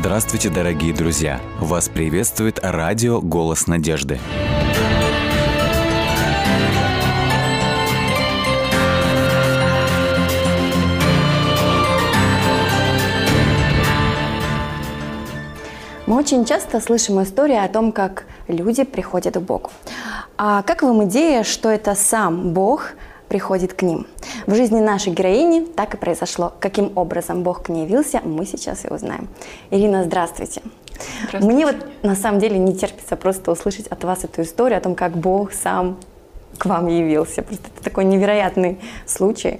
Здравствуйте, дорогие друзья! Вас приветствует радио «Голос надежды». Мы очень часто слышим истории о том, как люди приходят к Богу. А как вам идея, что это сам Бог приходит к ним? В жизни нашей героини так и произошло. Каким образом Бог к ней явился, мы сейчас и узнаем. Ирина, здравствуйте. Здравствуйте. Мне вот на самом деле не терпится просто услышать от вас эту историю о том, как Бог сам к вам явился. Просто это такой невероятный случай.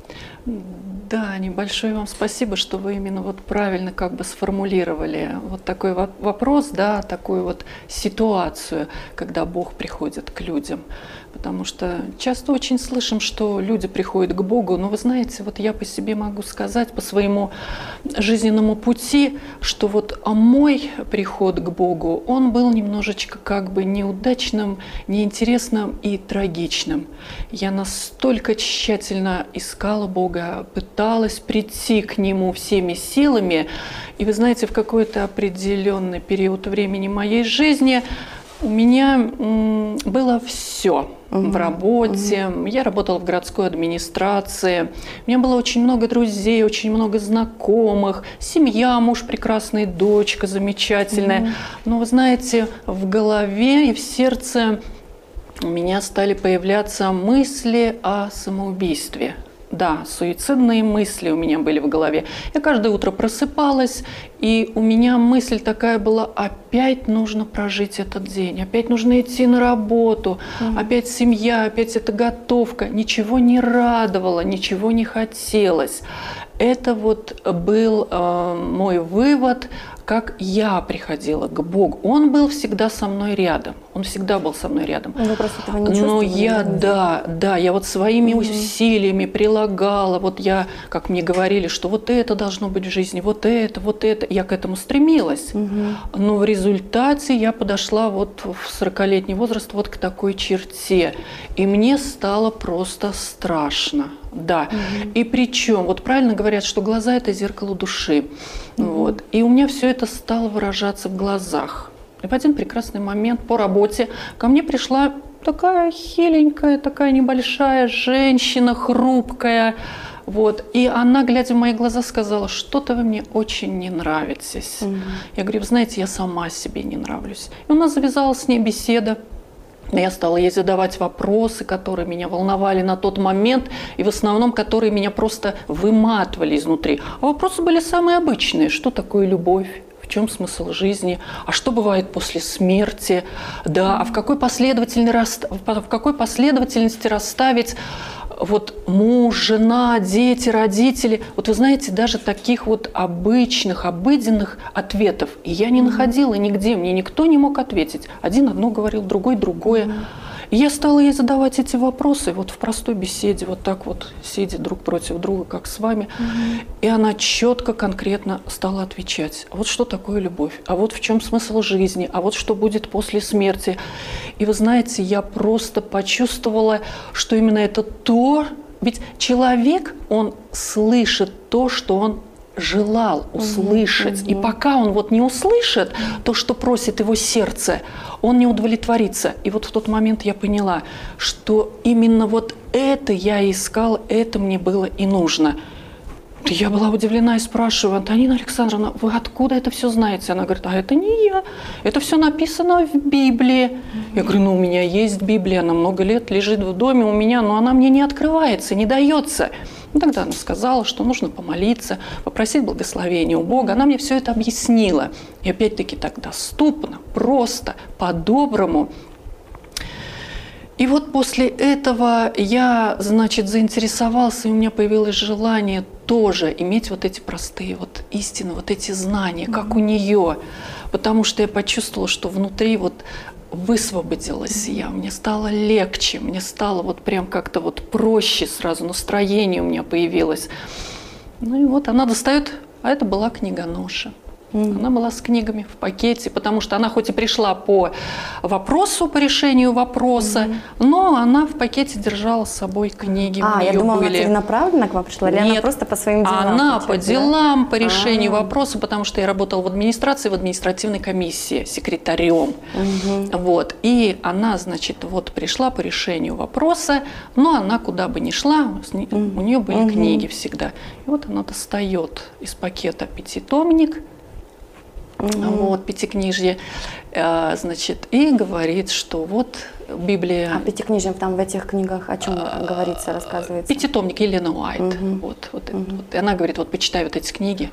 Да, небольшое вам спасибо, что вы именно вот правильно как бы сформулировали вот такой вопрос, да, такую вот ситуацию, когда Бог приходит к людям. Потому что часто очень слышим, что люди приходят к Богу, но вы знаете, вот я по себе могу сказать, по своему жизненному пути, что вот мой приход к Богу, он был немножечко как бы неудачным, неинтересным и трагичным. Я настолько тщательно искала Бога, пыталась прийти к Нему всеми силами, и вы знаете, в какой-то определенный период времени моей жизни у меня было все в работе. Я работала в городской администрации. У меня было очень много друзей, очень много знакомых. Семья, муж прекрасный, дочка замечательная. Но вы знаете, в голове и в сердце у меня стали появляться мысли о самоубийстве. Да, суицидные мысли у меня были в голове. Я каждое утро просыпалась, и у меня мысль такая была: опять нужно прожить этот день, опять нужно идти на работу, опять семья, опять эта готовка. Ничего не радовало, ничего не хотелось. Это вот был мой вывод, как я приходила к Богу. Он был всегда со мной рядом. Он всегда был со мной рядом. Вы просто этого не чувствовали? Но я вот своими усилиями прилагала. Вот я, как мне говорили, что вот это должно быть в жизни, вот это. Я к этому стремилась. Но в результате я подошла вот в 40-летний возраст вот к такой черте. И мне стало просто страшно. Да. И причем, вот правильно говорят, что глаза – это зеркало души. Вот. И у меня все это стало выражаться в глазах. И в один прекрасный момент по работе ко мне пришла такая хиленькая, такая небольшая женщина, хрупкая. Вот. И она, глядя в мои глаза, сказала: что-то вы мне очень не нравитесь. Я говорю: вы знаете, я сама себе не нравлюсь. И у нас завязалась с ней беседа. Я стала ей задавать вопросы, которые меня волновали на тот момент, и в основном, которые меня просто выматывали изнутри. А вопросы были самые обычные. Что такое любовь? В чем смысл жизни? А что бывает после смерти? Да, а в какой последовательности расставить вот муж, жена, дети, родители? Вот вы знаете, даже таких вот обычных, обыденных ответов я не находила нигде. Мне никто не мог ответить. Один одно говорил, другой другое. И я стала ей задавать эти вопросы вот в простой беседе, вот так вот, сидя друг против друга, как с вами. И она четко, конкретно стала отвечать. А вот что такое любовь? А вот в чем смысл жизни? А вот что будет после смерти? И вы знаете, я просто почувствовала, что именно это то, ведь человек, он слышит то, что он желал услышать. И пока он вот не услышит то, что просит его сердце, он не удовлетворится. И вот в тот момент я поняла, что именно вот это я искала, это мне было и нужно. Я была удивлена и спрашиваю: Антонина Александровна, вы откуда это все знаете? Она говорит: а это не я, это все написано в Библии. Я говорю: ну у меня есть Библия, она много лет лежит в доме у меня, но она мне не открывается, не дается. Ну, тогда она сказала, что нужно помолиться, попросить благословения у Бога. Она мне все это объяснила. И опять-таки так доступно, просто, по-доброму. И вот после этого я, значит, заинтересовался, и у меня появилось желание тоже иметь вот эти простые вот истины, вот эти знания, как у нее. Потому что я почувствовала, что внутри вот высвободилась я, мне стало легче, мне стало вот прям как-то вот проще сразу, настроение у меня появилось. Ну и вот она достает, а это была книгоноша. Она была с книгами в пакете, потому что она хоть и пришла по вопросу, по решению вопроса, но она в пакете держала с собой книги. Я думала, она целенаправленно к вам пришла, или Нет, она просто по своим делам? Она по делам, по решению вопроса, потому что я работала в администрации, в административной комиссии, секретарем. Вот. И она, значит, вот пришла по решению вопроса, но она куда бы ни шла, у нее были книги всегда. И вот она достает из пакета пятитомник, вот, пятикнижье, значит, и говорит, что вот Библия... А пятикнижьем там в этих книгах о чем говорится, рассказывается? Пятитомник Елены Уайт. Вот. И она говорит, вот почитай вот эти книги,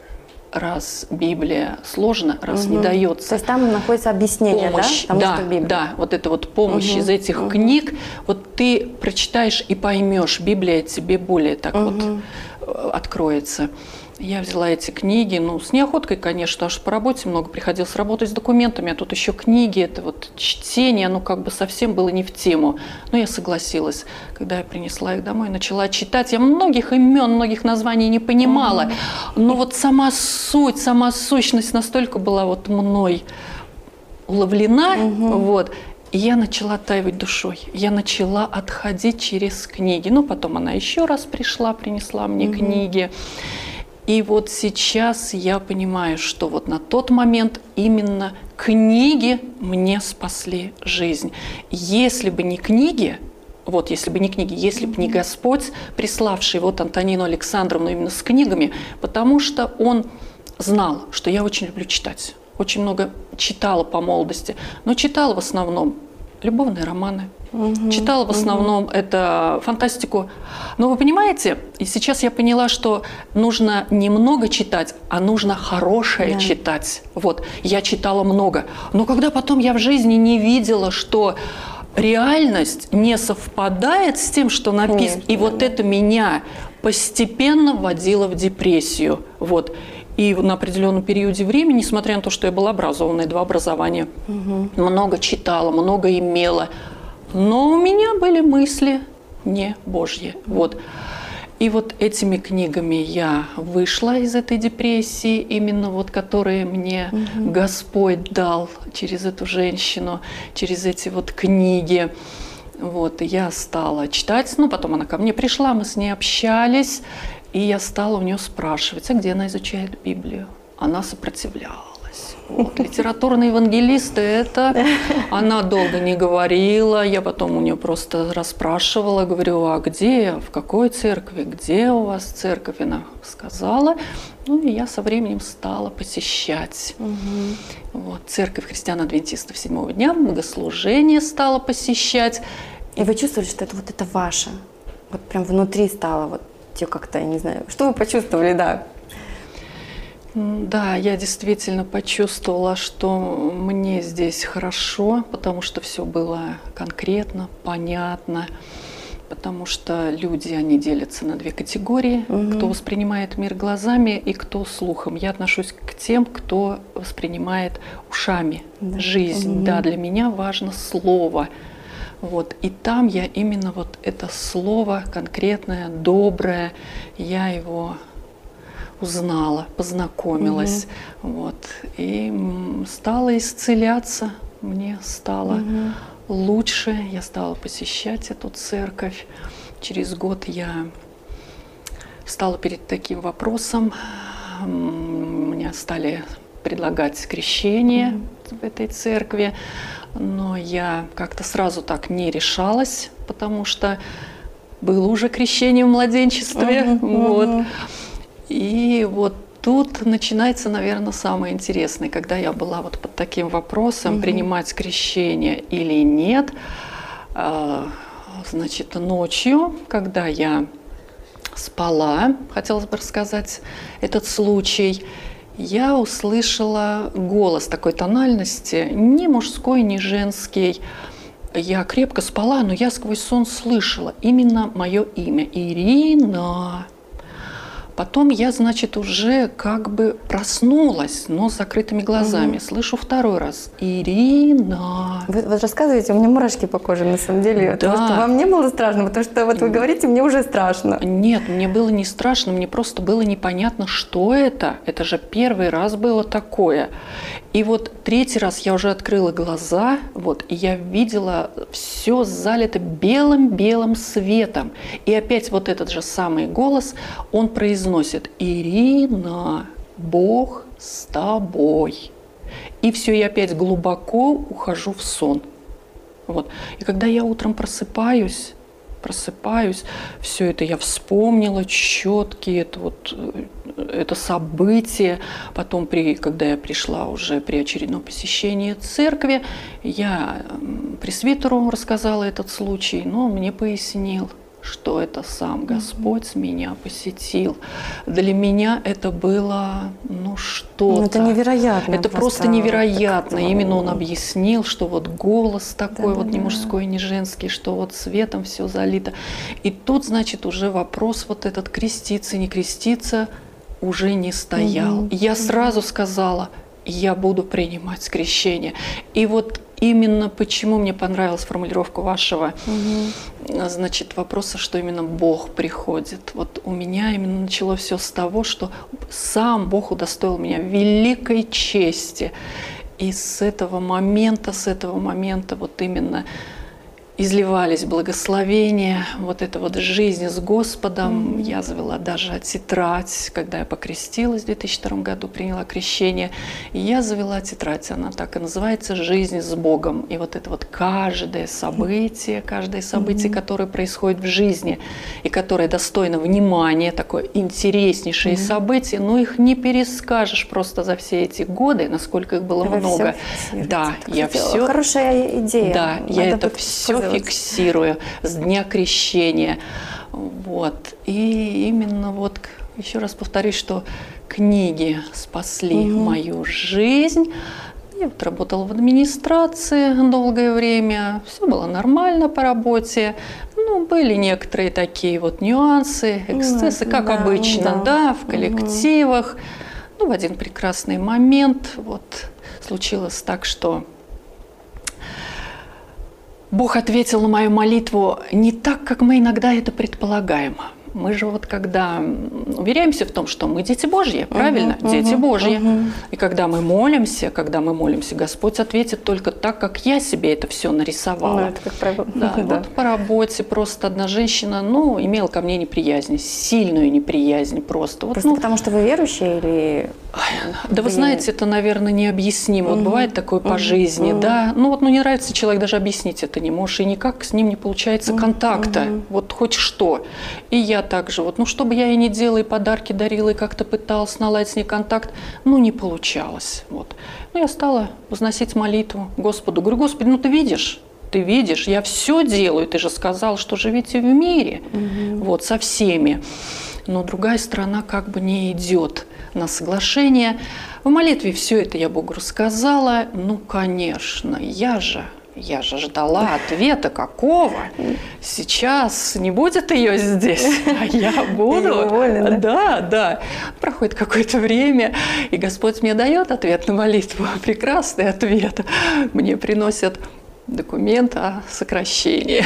раз Библия сложна, раз не дается. То есть там находится объяснение, помощь, да? Потому что Библия. Да, вот это вот помощь из этих книг, вот ты прочитаешь и поймешь, Библия тебе более так вот откроется. Я взяла эти книги, ну, с неохоткой, конечно, потому что по работе много приходилось работать с документами, а тут еще книги, это вот чтение, ну, как бы совсем было не в тему. Но я согласилась. Когда я принесла их домой, начала читать, я многих имен, многих названий не понимала, но вот сама суть, сама сущность настолько была вот мной уловлена, вот. И я начала таивать душой, я начала отходить через книги. Ну, потом она еще раз пришла, принесла мне книги. И вот сейчас я понимаю, что вот на тот момент именно книги мне спасли жизнь. Если бы не книги, вот если бы не книги, если бы не Господь, приславший вот Антонину Александровну именно с книгами, потому что Он знал, что я очень люблю читать. Очень много читала по молодости, но читала в основном любовные романы. Читала в основном это фантастику. Но вы понимаете, и сейчас я поняла, что нужно не много читать, а нужно хорошее читать. Вот, я читала много. Но когда потом я в жизни не видела, что реальность не совпадает с тем, что написано, и вот это меня постепенно вводило в депрессию. Вот. И на определенном периоде времени, несмотря на то, что я была образованной, 2 образования, много читала, много имела, но у меня были мысли не Божьи. Вот. И вот этими книгами я вышла из этой депрессии, именно вот которые мне Господь дал через эту женщину, через эти вот книги. Вот, и я стала читать, ну, потом она ко мне пришла, мы с ней общались, и я стала у нее спрашивать, а где она изучает Библию? Она сопротивлялась. Вот. Литературные евангелисты, это она долго не говорила, я потом у нее просто расспрашивала, говорю, а где, в какой церкви, где у вас церковь? Она сказала, ну, и я со временем стала посещать. Вот, церковь христиан-адвентистов 7-го дня, богослужение стала посещать. И вы чувствовали, что это вот это ваше? Вот прям внутри стало вот как-то, я не знаю, что вы почувствовали, да? Да, я действительно почувствовала, что мне здесь хорошо, потому что все было конкретно, понятно, потому что люди, они делятся на 2 категории, кто воспринимает мир глазами и кто слухом. Я отношусь к тем, кто воспринимает ушами жизнь. Да, для меня важно слово. Вот. И там я именно вот это слово конкретное, доброе, я его узнала, познакомилась. Вот. И стала исцеляться, мне стало лучше, я стала посещать эту церковь. Через год я стала перед таким вопросом, мне стали предлагать крещение в этой церкви, но я как-то сразу так не решалась, потому что было уже крещение в младенчестве. Вот. И вот тут начинается, наверное, самое интересное, когда я была вот под таким вопросом, принимать крещение или нет. Значит, ночью, когда я спала, хотелось бы рассказать этот случай, я услышала голос такой тональности, ни мужской, ни женский. Я крепко спала, но я сквозь сон слышала именно мое имя – Ирина. Потом я, значит, уже как бы проснулась, но с закрытыми глазами. Слышу второй раз: Ирина. Вы вот рассказываете, у меня мурашки по коже, на самом деле. Да. Потому что вам не было страшно, потому что вот вы говорите, мне уже страшно. Нет, мне было не страшно, мне просто было непонятно, что это. Это же первый раз было такое. И вот третий раз я уже открыла глаза, вот, и я видела все залито белым-белым светом. И опять вот этот же самый голос, он произносит: Ирина, Бог с тобой. И все, я опять глубоко ухожу в сон. Вот. И когда я утром просыпаюсь, все это я вспомнила, четкие, это событие. Потом, когда я пришла уже при очередном посещении церкви, я пресвитеру рассказала этот случай, но он мне пояснил, что это сам Господь меня посетил. Для меня это было, что-то. Это невероятно. Это просто невероятно. Именно он объяснил, что вот голос такой, не мужской, не женский, что вот светом все залито. И тут, значит, уже вопрос вот этот креститься, не креститься уже не стоял. Я сразу сказала: я буду принимать крещение. И вот именно почему мне понравилась формулировка вашего, значит, вопроса, что именно Бог приходит. Вот у меня именно начало все с того, что сам Бог удостоил меня великой чести. И с этого момента вот именно изливались благословения, вот эта вот жизнь с Господом. Я завела даже тетрадь, когда я покрестилась в 2002 году, приняла крещение. И я завела тетрадь, она так и называется «Жизнь с Богом». И вот это вот каждое событие, которое происходит в жизни и которое достойно внимания, такое интереснейшее событие, но их не перескажешь просто за все эти годы, насколько их было много. Да, я все. Хорошая идея. Да, я это все фиксирую с дня крещения. Вот. И именно вот, еще раз повторюсь, что книги спасли мою жизнь. Я вот работала в администрации долгое время, все было нормально по работе. Были некоторые такие вот нюансы, эксцессы, как обычно, в коллективах. В один прекрасный момент вот случилось так, что Бог ответил на мою молитву не так, как мы иногда это предполагаем. Мы же вот когда уверяемся в том, что мы дети Божьи, правильно? Дети Божьи. И когда мы молимся, Господь ответит только так, как я себе это все нарисовала. Это как правило. Да. Вот по работе просто одна женщина, имела ко мне неприязнь, сильную неприязнь просто. Просто потому что вы верующие или... Да вы знаете, это, наверное, необъяснимо. Вот бывает такое по жизни, да. Не нравится человек, даже объяснить это не можешь, и никак с ним не получается контакта. Вот хоть что. И я также, что бы я и ни делала, и подарки дарила, и как-то пыталась наладить с ней контакт, не получалось. Вот. Я стала возносить молитву Господу. Говорю: Господи, ты видишь, я все делаю, ты же сказал, что живите в мире, вот, со всеми. Но другая сторона как бы не идет на соглашение. В молитве все это я Богу рассказала. Конечно, я же ждала ответа какого. Сейчас не будет ее здесь, а я буду. Да. Проходит какое-то время, и Господь мне дает ответ на молитву. Прекрасный ответ. Мне приносят документ о сокращении.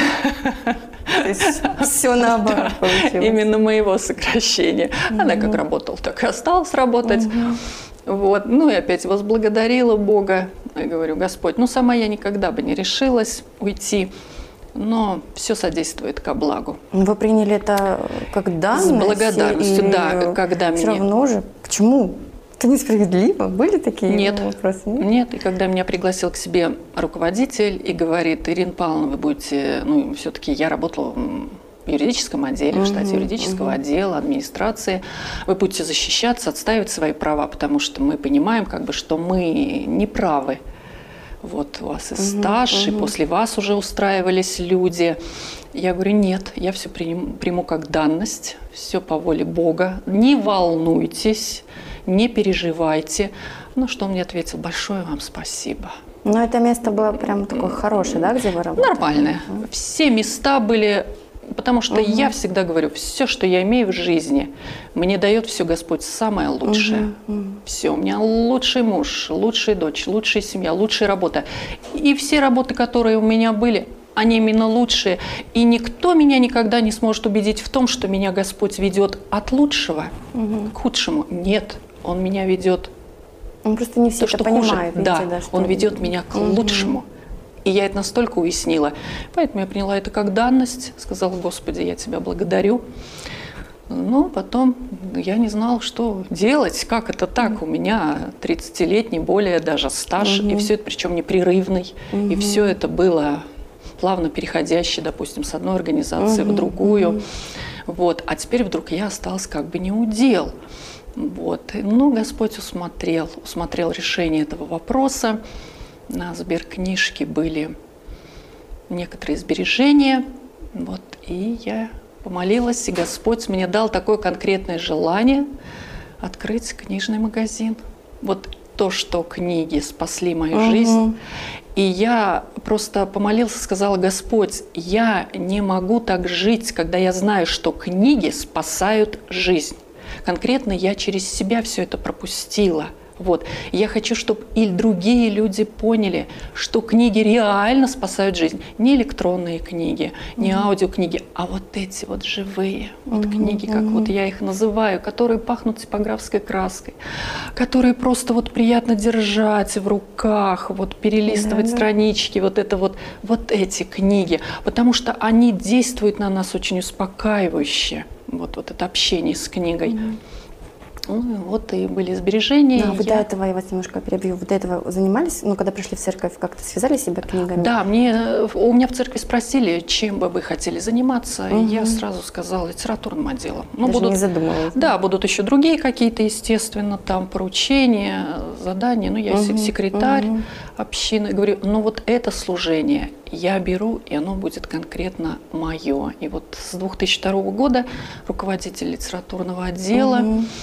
То есть все наоборот получилось. Именно моего сокращения. Она как работала, так и осталась работать. Вот. И опять возблагодарила Бога. И говорю: Господь, сама я никогда бы не решилась уйти, но все содействует ко благу. Вы приняли это как данность? С благодарностью, да. Когда все равно же. Почему? Это несправедливо? Были такие вопросы? Нет. И когда меня пригласил к себе руководитель и говорит: Ирина Павловна, вы будете... все-таки я работала в юридическом отделе, в штате юридического отдела, администрации. Вы будете защищаться, отстаивать свои права, потому что мы понимаем, что мы не правы. Вот у вас и стаж, и после вас уже устраивались люди. Я говорю: нет, я все приму как данность, все по воле Бога. Не волнуйтесь, не переживайте. Что он мне ответил: большое вам спасибо. Это место было прям такое хорошее, да, где вы работали? Нормальное. Все места были Потому что я всегда говорю, все, что я имею в жизни, мне дает все Господь самое лучшее. Все, у меня лучший муж, лучшая дочь, лучшая семья, лучшая работа. И все работы, которые у меня были, они именно лучшие. И никто меня никогда не сможет убедить в том, что меня Господь ведет от лучшего к худшему. Нет, Он меня ведет. Он просто не все это понимает. Да, Он ведет меня к лучшему. И я это настолько уяснила. Поэтому я приняла это как данность, сказала: Господи, я Тебя благодарю. Но потом я не знала, что делать, как это так. У меня 30-летний, более даже стаж, и все это причем непрерывный. И все это было плавно переходящее, допустим, с одной организации в другую. Вот. А теперь вдруг я осталась как бы не у дел. Вот. Но Господь усмотрел решение этого вопроса. На сберкнижке были некоторые сбережения, вот, и я помолилась, и Господь мне дал такое конкретное желание открыть книжный магазин. Вот то, что книги спасли мою жизнь. И я просто помолилась, сказала: Господь, я не могу так жить, когда я знаю, что книги спасают жизнь. Конкретно я через себя все это пропустила. Вот. Я хочу, чтобы и другие люди поняли, что книги реально спасают жизнь. Не электронные книги, не аудиокниги, а вот эти вот живые вот книги, как вот я их называю, которые пахнут типографской краской, которые просто вот приятно держать в руках, вот перелистывать странички, вот это вот эти книги, потому что они действуют на нас очень успокаивающе. Вот это общение с книгой. Ну, вот и были сбережения. Вы до этого, я вас немножко перебью, вы до этого занимались, когда пришли в церковь, как-то связали себя книгами? Да, у меня в церкви спросили, чем бы вы хотели заниматься, и я сразу сказала: литературным отделом. Даже не задумывалась. Да, будут еще другие какие-то, естественно, там поручения, задания. Ну, я секретарь общины. Говорю, вот это служение я беру, и оно будет конкретно мое. И вот с 2002 года руководитель литературного отдела.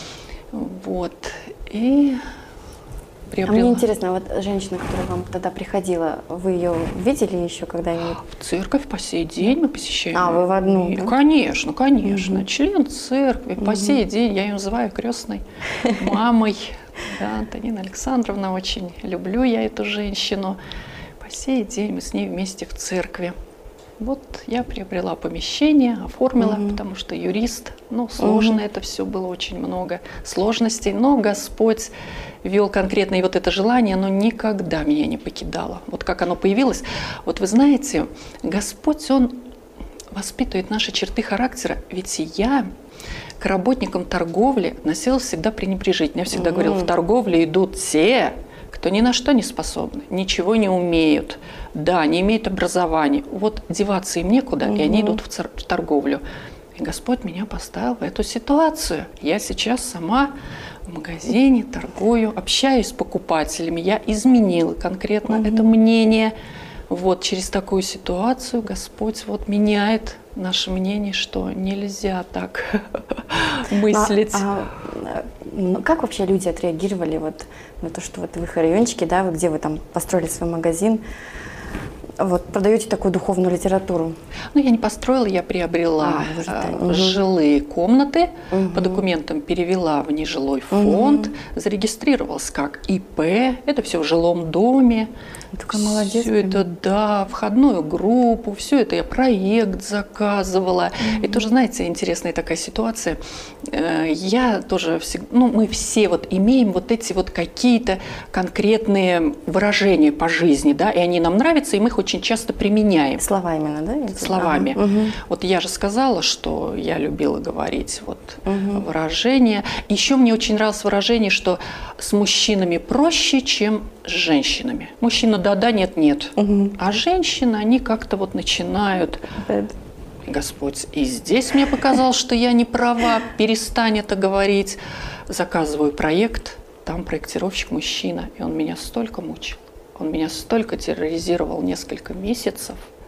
Вот, и приобрела. А мне интересно, вот женщина, которая вам тогда приходила, вы ее видели еще, когда ее... В церковь по сей день мы посещаем. А, вы в одну, да? Конечно, конечно. Член церкви. По сей день я ее называю крестной мамой. Да, Антонина Александровна, очень люблю я эту женщину. По сей день мы с ней вместе в церкви. Вот я приобрела помещение, оформила, потому что юрист, сложно это все было, очень много сложностей, но Господь вел конкретно, и вот это желание, оно никогда меня не покидало. Вот как оно появилось, вот вы знаете, Господь, Он воспитывает наши черты характера, ведь я к работникам торговли носила всегда пренебрежительно. Я всегда говорила, в торговле идут те, кто ни на что не способны, ничего не умеют, да, не имеют образования. Вот деваться им некуда, и они идут в торговлю. И Господь меня поставил в эту ситуацию. Я сейчас сама в магазине торгую, общаюсь с покупателями. Я изменила конкретно это мнение. Вот через такую ситуацию Господь меняет наше мнение, что нельзя так мыслить. Как вообще люди отреагировали на то, что вы в райончике, да, где вы там построили свой магазин, продаете такую духовную литературу? Я не построила, я приобрела жилые комнаты, по документам перевела в нежилой фонд, зарегистрировалась как ИП, это все в жилом доме. Такая молодец. Все это, да, входную группу, все это я проект заказывала. И тоже, знаете, интересная такая ситуация. Я тоже всегда, мы все имеем эти какие-то конкретные выражения по жизни, да, и они нам нравятся, и мы их очень часто применяем. Слова именно, да? Словами. Вот я же сказала, что я любила говорить выражения. Еще мне очень нравилось выражение, что с мужчинами проще, чем с женщинами. Мужчина да-да, нет-нет. А женщины, они как-то начинают... Господь, и здесь мне показалось, что я не права, перестань это говорить. Заказываю проект, там проектировщик мужчина, и он меня столько мучил. Он меня столько терроризировал несколько месяцев.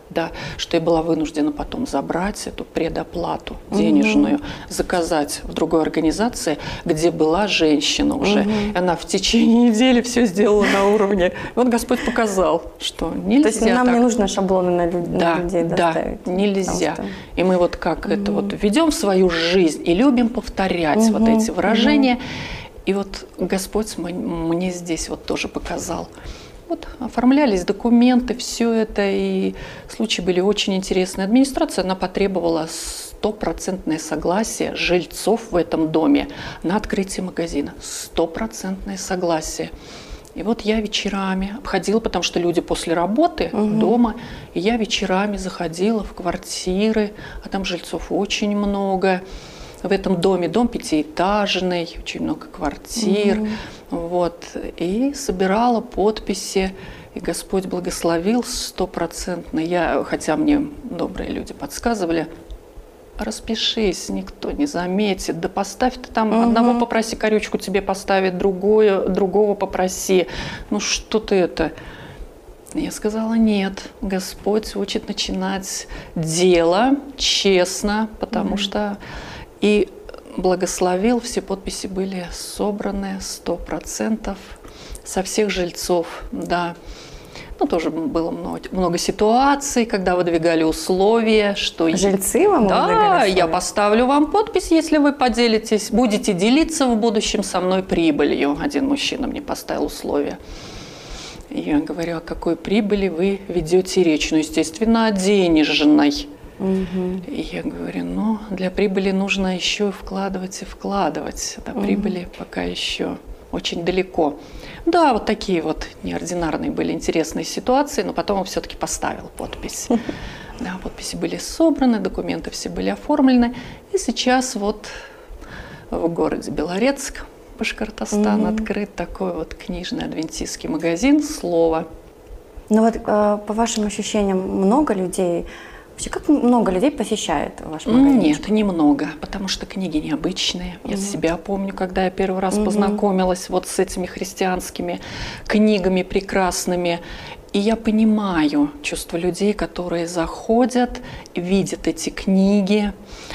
Да, что я была вынуждена потом забрать эту предоплату денежную, заказать в другой организации, где была женщина уже. И она в течение недели все сделала на уровне. Вот Господь показал, что нельзя. То есть нам так. не нужно шаблоны на людей доставить. Да, нельзя. И мы вот как это вот ведем свою жизнь и любим повторять вот эти выражения. И вот Господь мне здесь вот тоже показал. Вот оформлялись документы, все это, и случаи были очень интересные. Администрация, она потребовала 100% согласие жильцов в этом доме на открытие магазина. 100% согласие. И вот я вечерами обходила, потому что люди после работы дома, и я вечерами заходила в квартиры, а там жильцов очень много. В этом доме, дом пятиэтажный, очень много квартир, вот, и собирала подписи, и Господь благословил 100%. Хотя мне добрые люди подсказывали, распишись, никто не заметит, да поставь ты там, одного попроси корючку тебе поставить, другого попроси, ну что ты это... Я сказала, нет, Господь учит начинать дело честно, потому что... И благословил, все подписи были собраны 100% со всех жильцов, да. Ну, тоже было много ситуаций, когда выдвигали условия, что... Жильцы вам выдвигали Да, условия? я поставлю вам подпись, если вы поделитесь, будете делиться в будущем со мной прибылью. Один мужчина мне поставил условия. Я говорю, о какой прибыли вы ведете речь? Ну, естественно, о денежной. И я говорю, ну, для прибыли нужно еще вкладывать и вкладывать. До прибыли пока еще очень далеко. Да, вот такие вот неординарные были интересные ситуации, но потом он все-таки поставил подпись. Да, подписи были собраны, документы все были оформлены. И сейчас вот в городе Белорецк, Башкортостан, открыт такой вот книжный адвентистский магазин «Слово». Ну вот, по вашим ощущениям, много людей... Вообще, как много людей посещает ваш магазин? Нет, немного, потому что книги необычные. Я себя помню, когда я первый раз познакомилась вот с этими христианскими книгами прекрасными. И я понимаю чувство людей, которые заходят, видят эти книги.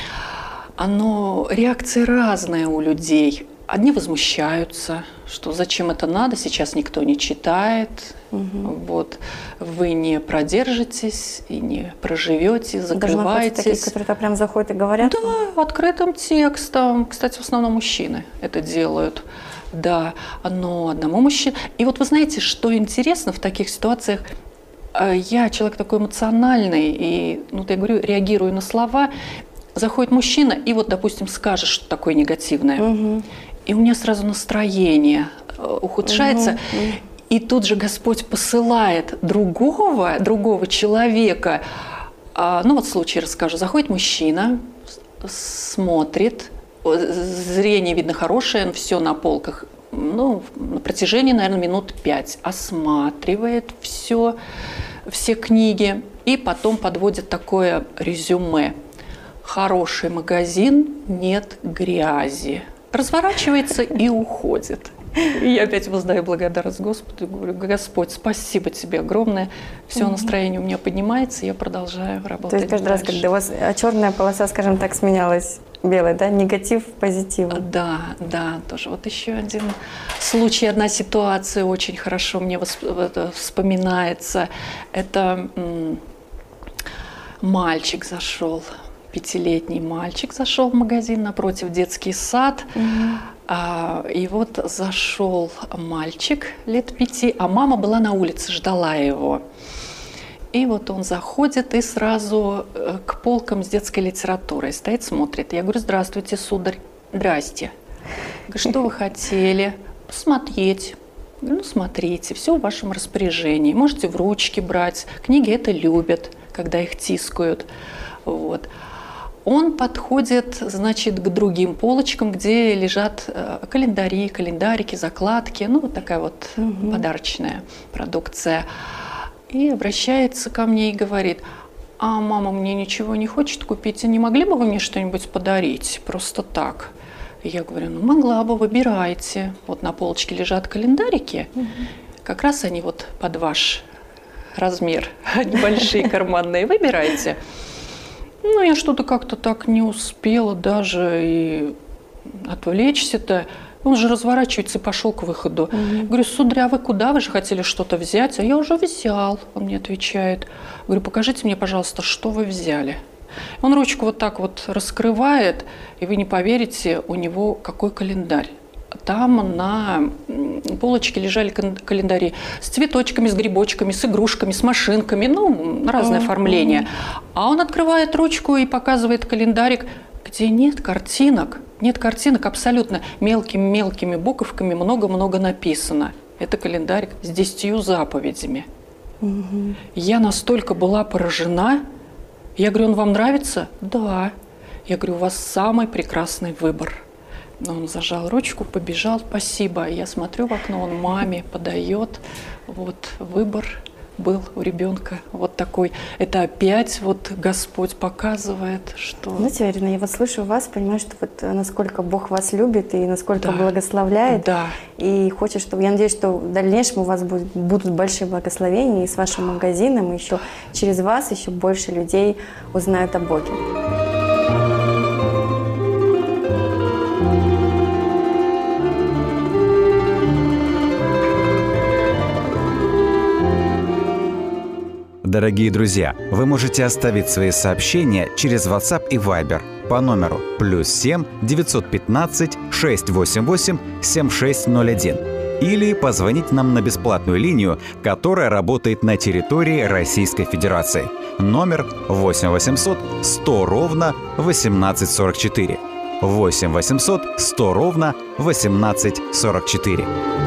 Реакция разная у людей. Одни возмущаются, что зачем это надо, сейчас никто не читает, вот, вы не продержитесь и не проживете, закрываетесь. Такие, которые прям заходят и говорят? Да, открытым текстом. Кстати, в основном мужчины это делают. Да, но одному мужчине. И вот вы знаете, что интересно в таких ситуациях? Я человек такой эмоциональный, и, я говорю, реагирую на слова. Заходит мужчина и вот, допустим, скажет что-то такое негативное. И у меня сразу настроение ухудшается. И тут же Господь посылает другого человека. Вот случай расскажу. Заходит мужчина, смотрит, зрение видно хорошее, все на полках. На протяжении, наверное, минут 5 осматривает все книги и потом подводит такое резюме. Хороший магазин, нет грязи. Разворачивается и уходит. И я опять воздаю благодарность Господу, говорю, Господь, спасибо тебе огромное. Все настроение у меня поднимается, я продолжаю работать. То есть каждый раз, когда у вас черная полоса, скажем так, сменялась белой, да? Негатив в позитив. Да, тоже. Вот еще один случай, одна ситуация очень хорошо мне вспоминается. Это мальчик зашел. 5-летний мальчик зашел в магазин напротив детский сад. И вот зашел мальчик лет 5, а мама была на улице, ждала его. И вот он заходит и сразу к полкам с детской литературой стоит, смотрит. Я говорю, здравствуйте, сударь. Здрасте. Говорю, что вы хотели? Посмотреть. Говорю, смотрите, все в вашем распоряжении. Можете в ручки брать. Книги это любят, когда их тискают. Вот. Он подходит, значит, к другим полочкам, где лежат календарики, закладки, вот такая вот подарочная продукция. И обращается ко мне и говорит, а мама мне ничего не хочет купить, не могли бы вы мне что-нибудь подарить, просто так? И я говорю, могла бы, выбирайте. Вот на полочке лежат календарики, как раз они вот под ваш размер, небольшие карманные, выбирайте. Ну, я что-то как-то так не успела даже и отвлечься-то. Он же разворачивается и пошел к выходу. Говорю, сударь, а вы куда? Вы же хотели что-то взять? А я уже взял, он мне отвечает. Говорю, покажите мне, пожалуйста, что вы взяли. Он ручку вот так вот раскрывает, и вы не поверите, у него какой календарь. Там на полочке лежали календари с цветочками, с грибочками, с игрушками, с машинками, ну, разное оформление. А он открывает ручку и показывает календарик, где нет картинок абсолютно. Мелкими-мелкими буковками много-много написано. Это календарик с 10 заповедями. Я настолько была поражена. Я говорю, он вам нравится? Да. Я говорю, у вас самый прекрасный выбор. Он зажал ручку, побежал, спасибо. Я смотрю в окно, он маме подает. Вот выбор был у ребенка вот такой. Это опять вот Господь показывает, что... Знаете, Ирина, я вот слышу вас, понимаю, что вот насколько Бог вас любит и насколько благословляет. Да. И хочет, чтобы, я надеюсь, что в дальнейшем у вас будут большие благословения и с вашим магазином, и еще через вас еще больше людей узнают о Боге. Дорогие друзья, вы можете оставить свои сообщения через WhatsApp и Viber по номеру +7 915 688 7601 или позвонить нам на бесплатную линию, которая работает на территории Российской Федерации. Номер 8 800 100 ровно 1844. 8 800 100 ровно 1844.